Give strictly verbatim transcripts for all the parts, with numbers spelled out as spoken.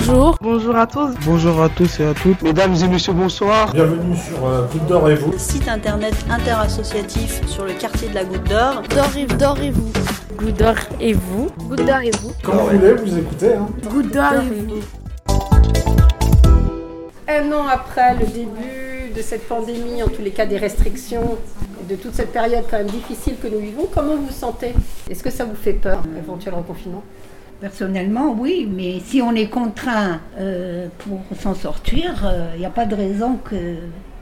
Bonjour. Bonjour à tous. Bonjour à tous et à toutes. Mesdames et messieurs, bonsoir. Bienvenue sur euh, Goutte d'Or et vous. Site internet interassociatif sur le quartier de la Goutte d'Or. D'Or et, d'Or et vous. Goutte d'Or et vous. Goutte d'Or et vous. Comme vous voulez, vous écoutez. Hein. Goutte d'Or et vous. Un an après le début de cette pandémie, en tous les cas des restrictions, et de toute cette période quand même difficile que nous vivons, comment vous vous sentez? Est-ce que ça vous fait peur, éventuel reconfinement? Personnellement, oui, mais si on est contraint euh, pour s'en sortir, il euh, n'y a pas de raison que,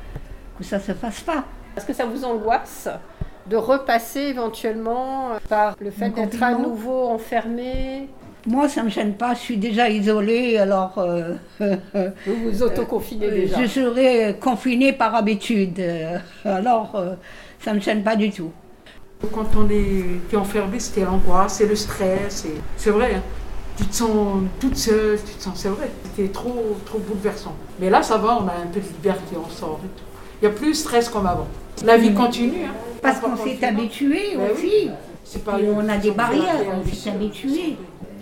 que ça ne se fasse pas. Est-ce que ça vous angoisse de repasser éventuellement par le fait d'être à nouveau enfermé? Moi, ça ne me gêne pas, je suis déjà isolée, alors... Euh, vous vous autoconfinez euh, déjà? Je serai confinée par habitude, euh, alors euh, ça ne me gêne pas du tout. Quand on est enfermé, c'était l'angoisse, c'est le stress, et c'est vrai, hein. Tu te sens toute seule, tu te sens, c'est vrai, c'était trop, trop bouleversant. Mais là, ça va, on a un peu de liberté, on sort et tout. Il n'y a plus de stress comme avant. La vie continue. Hein. Parce qu'on s'est habitué ben aussi. Oui. C'est pas on a des barrières, on s'est habitué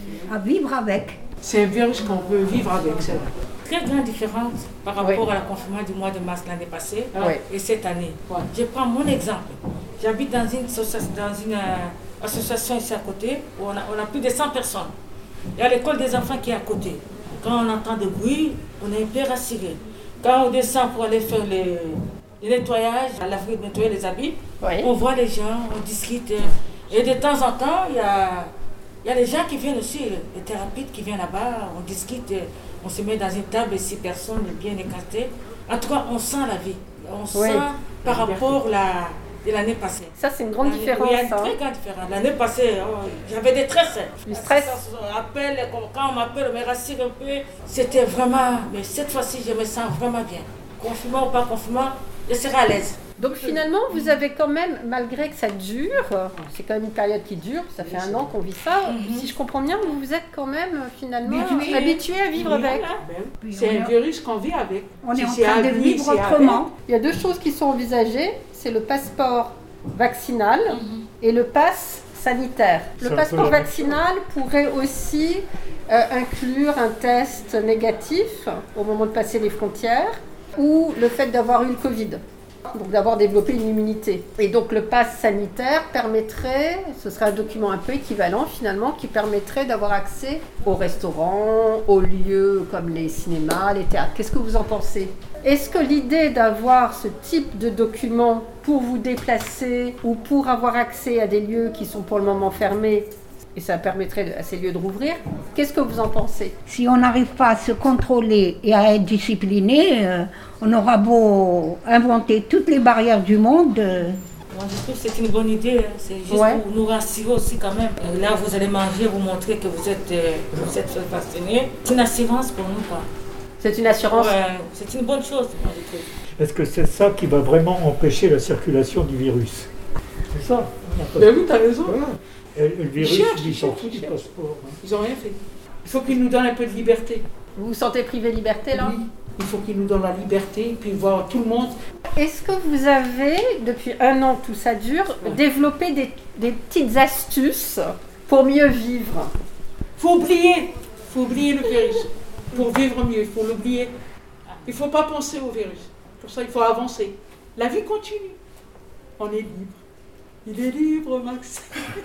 à vivre avec. C'est un virus qu'on peut vivre avec, c'est vrai. Très grande différence par rapport oui. à la confinement du mois de mars l'année passée oui. et cette année. Ouais. Je prends mon exemple. J'habite dans une, dans une euh, association ici à côté où on a, on a plus de cent personnes. Il y a l'école des enfants qui est à côté. Quand on entend des bruits, on est un peu rassuré. Quand on descend pour aller faire les, les nettoyages, à laver, nettoyer les habits, oui. on voit les gens, on discute. Et de temps en temps, il y a, il y a les gens qui viennent aussi, les thérapeutes qui viennent là-bas, on discute, on se met dans une table, six personnes bien écartées. En tout cas, on sent la vie. On oui. sent par rapport à la... de l'année passée. Ça, c'est une grande différence. Oui, il y a une très grande différence. L'année passée, oh, j'avais des stress. Du stress. On appelle, quand on m'appelle, on me rassure un peu. C'était vraiment, mais cette fois-ci, je me sens vraiment bien. Confinement ou pas confinement, je serai à l'aise. Donc finalement, vous avez quand même, malgré que ça dure, c'est quand même une période qui dure, ça fait un an qu'on vit ça, mm-hmm. si je comprends bien, vous vous êtes quand même finalement habitué, habitué à vivre oui, avec. Ben, c'est un virus qu'on vit avec. On est si en train de vivre autrement. Il y a deux choses qui sont envisagées, c'est le passeport vaccinal mm-hmm. et le pass sanitaire. Le passeport vaccinal pourrait aussi euh, inclure un test négatif au moment de passer les frontières ou le fait d'avoir eu le Covid. Donc d'avoir développé une immunité. Et donc le pass sanitaire permettrait, ce serait un document un peu équivalent finalement, qui permettrait d'avoir accès aux restaurants, aux lieux comme les cinémas, les théâtres. Qu'est-ce que vous en pensez? Est-ce que l'idée d'avoir ce type de document pour vous déplacer ou pour avoir accès à des lieux qui sont pour le moment fermés, et ça permettrait à ces lieux de rouvrir, qu'est-ce que vous en pensez? Si on n'arrive pas à se contrôler et à être discipliné, euh, on aura beau inventer toutes les barrières du monde. Euh... Moi, je trouve que c'est une bonne idée. Hein. C'est juste ouais. pour nous rassurer aussi quand même. Et là, vous allez manger, vous montrer que vous êtes, euh, vous êtes vacciné. C'est une assurance pour nous, quoi. C'est une assurance? Ouais, c'est une bonne chose, moi, je trouve. Est-ce que c'est ça qui va vraiment empêcher la circulation du virus? C'est ça. Mais oui, t'as raison. Voilà. Et le virus, ils s'en foutent du passeport. Hein. Ils n'ont rien fait. Il faut qu'ils nous donnent un peu de liberté. Vous vous sentez privé de liberté, là? Oui, il faut qu'ils nous donnent la liberté, puis voir tout le monde. Est-ce que vous avez, depuis un an, tout ça dure, ouais. développé des, des petites astuces pour mieux vivre? Il faut oublier. Il faut oublier le virus. Pour vivre mieux, il faut l'oublier. Il ne faut pas penser au virus. Pour ça, il faut avancer. La vie continue. On est libre. Il est libre, Max.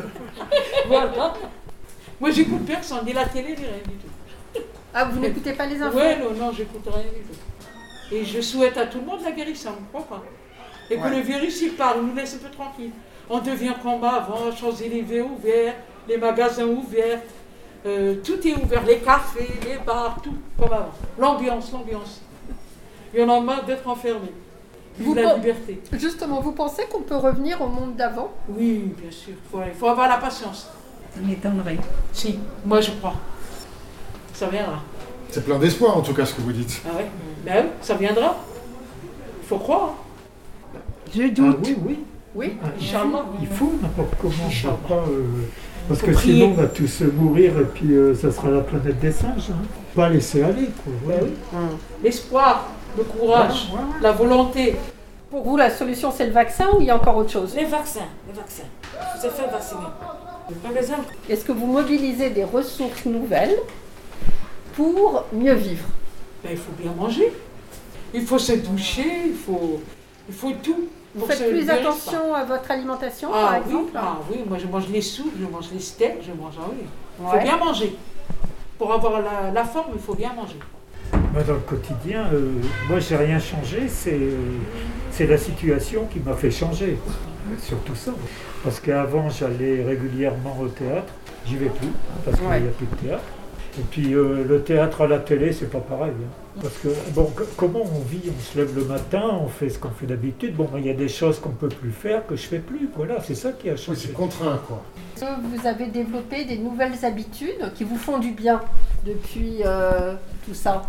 Voilà. Moi, j'écoute personne, ni la télé, ni rien du tout. Ah, vous n'écoutez pas les infos? Oui, non, non, j'écoute rien du tout. Et je souhaite à tout le monde la guérison, je ne crois pas. Et que ouais. le virus, il parle, on nous laisse un peu tranquille. On devient comme avant, Champs-Élysées ouverts, les magasins ouverts, euh, tout est ouvert, les cafés, les bars, tout comme avant. L'ambiance, l'ambiance. Il y en a marre d'être enfermés. Vive la liberté. Justement, vous pensez qu'on peut revenir au monde d'avant? Oui, bien sûr. Il faut, il faut avoir la patience. Ça m'étonnerait. Si, moi je crois. Ça viendra. C'est plein d'espoir en tout cas ce que vous dites. Ah ouais. Ben oui, ça viendra. Il faut croire. Je doute. Ah, oui, oui. Oui, ah, Inch'Allah. Il faut n'importe comment. Inch'Allah. Pas, euh, parce que prier. Sinon on va tous mourir et puis euh, ça sera la planète des singes. Hein. Pas laisser aller. Quoi. Ben oui. Hum. L'espoir. Le courage, ouais, ouais. la volonté. Pour vous, la solution, c'est le vaccin ou il y a encore autre chose? Les vaccins, les vaccins. Vous êtes fait vacciner. Par exemple. Est-ce que vous mobilisez des ressources nouvelles pour mieux vivre? Ben, il faut bien manger. Il faut se doucher, il faut, il faut tout. Vous faites plus attention à votre alimentation, ah, par oui, exemple? Ah oui, moi je mange les soupes, je mange les steaks, je mange... Ah oui, il faut Ouais. bien manger. Pour avoir la, la forme, il faut bien manger. Moi, dans le quotidien, euh, moi, j'ai rien changé. C'est, euh, c'est la situation qui m'a fait changer. Surtout ça. Parce qu'avant, j'allais régulièrement au théâtre. J'y vais plus, parce qu'il n'y Ouais. a plus de théâtre. Et puis, euh, le théâtre à la télé, c'est pas pareil. Hein. Parce que, bon, c- comment on vit? On se lève le matin, on fait ce qu'on fait d'habitude. Bon, il y a des choses qu'on peut plus faire que je fais plus. Voilà, c'est ça qui a Oui, changé. c'est contraint, quoi. Est-ce que vous avez développé des nouvelles habitudes qui vous font du bien depuis euh, tout ça?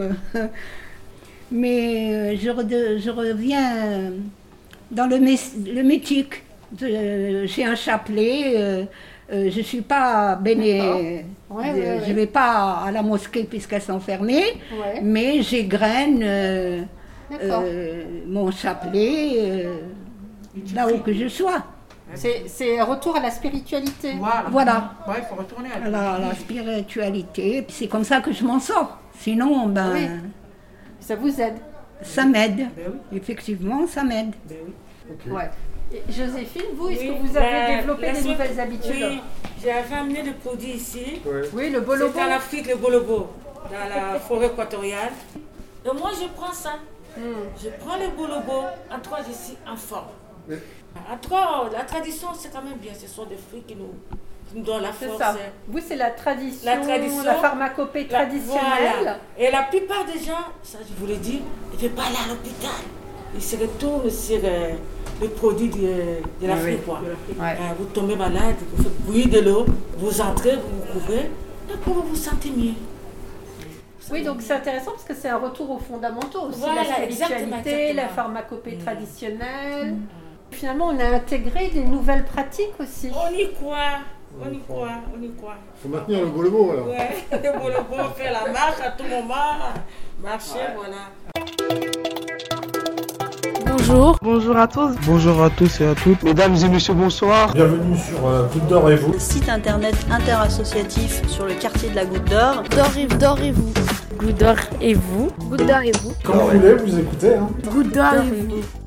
Mais euh, je, rede- je reviens dans le, mes- le métique. Je- J'ai un chapelet. euh, euh, je ne suis pas béné. D'accord. Ouais, euh, ouais, je ouais. ne vais pas à la mosquée puisqu'elles sont fermées. Ouais. Mais j'égrène euh, D'accord. euh, mon chapelet euh, là où que je sois. C'est, c'est un retour à la spiritualité. Voilà. Voilà. Ouais, il faut retourner à À la, à la spiritualité. C'est comme ça que je m'en sors. Sinon, ben, Oui. Ça vous aide. ça m'aide. Ben oui, Effectivement, ça m'aide. ben oui. Ok. Ouais. Et Joséphine, vous, est-ce Oui, que vous avez la- développé la des sauce- nouvelles habitudes? Oui, j'avais amené le produit ici. Ouais. Oui, le bolobo. C'est en Afrique, le bolobo, dans la forêt équatoriale. Et moi, je prends ça. Hmm. Je prends le bolobo. En trois, je suis en forme. Mais- En trois, la tradition, c'est quand même bien. Ce sont des fruits qui nous, qui nous donnent la C'est force. ça. Vous, c'est la tradition, La tradition, la pharmacopée La- traditionnelle. voilà. Et la plupart des gens, ça je vous l'ai dit, ne veulent pas aller à l'hôpital. Ils se retournent sur euh, le produit de, de l'Afrique. quoi. Ouais. Euh, vous tombez malade, vous faites bouillir de l'eau, vous entrez, vous vous couvrez, et puis vous vous sentez mieux. Oui, donc c'est intéressant parce que c'est un retour aux fondamentaux aussi, Voilà, la spiritualité, exactement, exactement. la pharmacopée Mm. traditionnelle. Finalement, on a intégré des nouvelles pratiques aussi. On y croit, on y croit, on y croit. Faut maintenir le bolobo, alors. Ouais, le bolobo, faire la marche à tout moment, marcher, voilà. Bonjour. Bonjour à tous. Bonjour à tous et à toutes. Mesdames et messieurs, bonsoir. Bienvenue sur euh, Goutte d'Or et vous. Site internet interassociatif sur le quartier de la Goutte d'Or. D'or et, d'or et vous. Goutte d'or et vous. Goutte d'or et vous. Comme vous voulez, vous écoutez. Hein. Goutte d'or et vous.